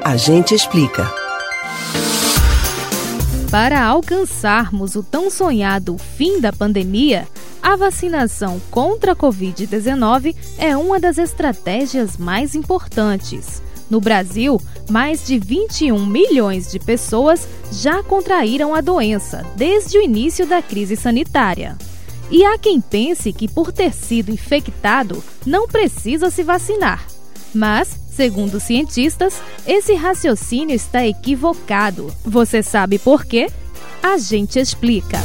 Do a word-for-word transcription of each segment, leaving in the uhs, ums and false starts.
A gente explica. Para alcançarmos o tão sonhado fim da pandemia, a vacinação contra a covid dezenove é uma das estratégias mais importantes. No Brasil, mais de vinte e um milhões de pessoas já contraíram a doença desde o início da crise sanitária. E há quem pense que, por ter sido infectado, não precisa se vacinar. Mas, segundo cientistas, esse raciocínio está equivocado. Você sabe por quê? A gente explica.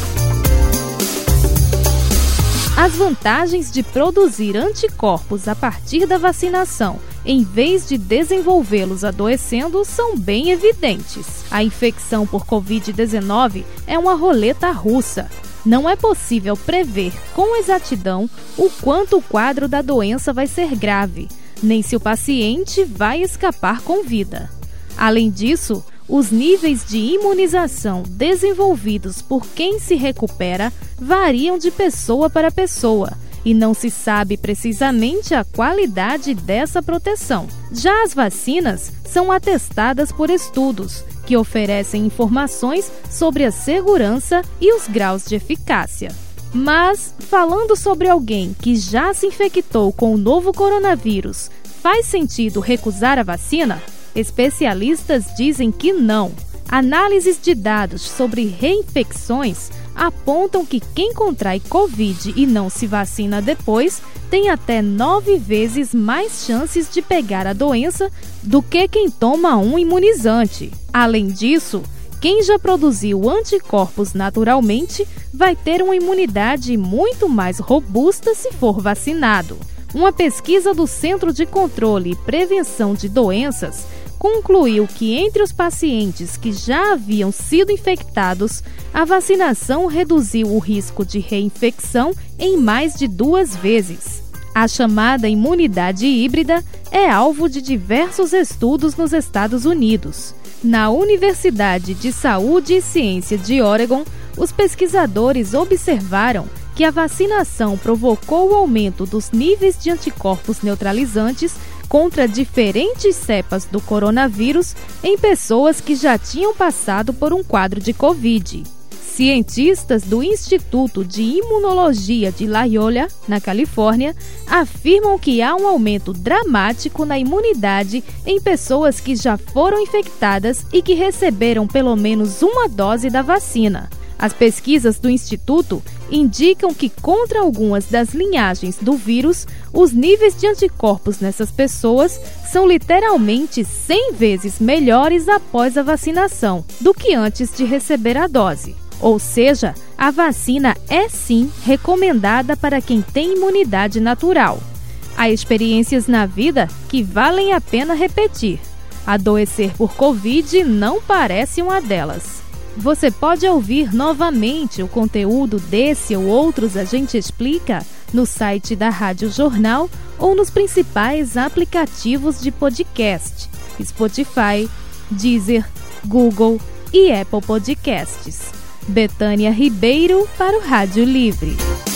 As vantagens de produzir anticorpos a partir da vacinação, em vez de desenvolvê-los adoecendo, são bem evidentes. A infecção por covid dezenove é uma roleta russa. Não é possível prever com exatidão o quanto o quadro da doença vai ser grave, nem se o paciente vai escapar com vida. Além disso, os níveis de imunização desenvolvidos por quem se recupera variam de pessoa para pessoa e não se sabe precisamente a qualidade dessa proteção. Já as vacinas são atestadas por estudos que oferecem informações sobre a segurança e os graus de eficácia. Mas, falando sobre alguém que já se infectou com o novo coronavírus, faz sentido recusar a vacina? Especialistas dizem que não. Análises de dados sobre reinfecções apontam que quem contrai Covid e não se vacina depois tem até nove vezes mais chances de pegar a doença do que quem toma um imunizante. Além disso, quem já produziu anticorpos naturalmente vai ter uma imunidade muito mais robusta se for vacinado. Uma pesquisa do Centro de Controle e Prevenção de Doenças concluiu que entre os pacientes que já haviam sido infectados, a vacinação reduziu o risco de reinfecção em mais de duas vezes. A chamada imunidade híbrida é alvo de diversos estudos nos Estados Unidos. Na Universidade de Saúde e Ciência de Oregon, os pesquisadores observaram que a vacinação provocou o aumento dos níveis de anticorpos neutralizantes contra diferentes cepas do coronavírus em pessoas que já tinham passado por um quadro de Covid. Cientistas do Instituto de Imunologia de La Jolla, na Califórnia, afirmam que há um aumento dramático na imunidade em pessoas que já foram infectadas e que receberam pelo menos uma dose da vacina. As pesquisas do Instituto indicam que contra algumas das linhagens do vírus, os níveis de anticorpos nessas pessoas são literalmente cem vezes melhores após a vacinação do que antes de receber a dose. Ou seja, a vacina é sim recomendada para quem tem imunidade natural. Há experiências na vida que valem a pena repetir. Adoecer por Covid não parece uma delas. Você pode ouvir novamente o conteúdo desse ou outros A Gente Explica no site da Rádio Jornal ou nos principais aplicativos de podcast, Spotify, Deezer, Google e Apple Podcasts. Betânia Ribeiro para o Rádio Livre.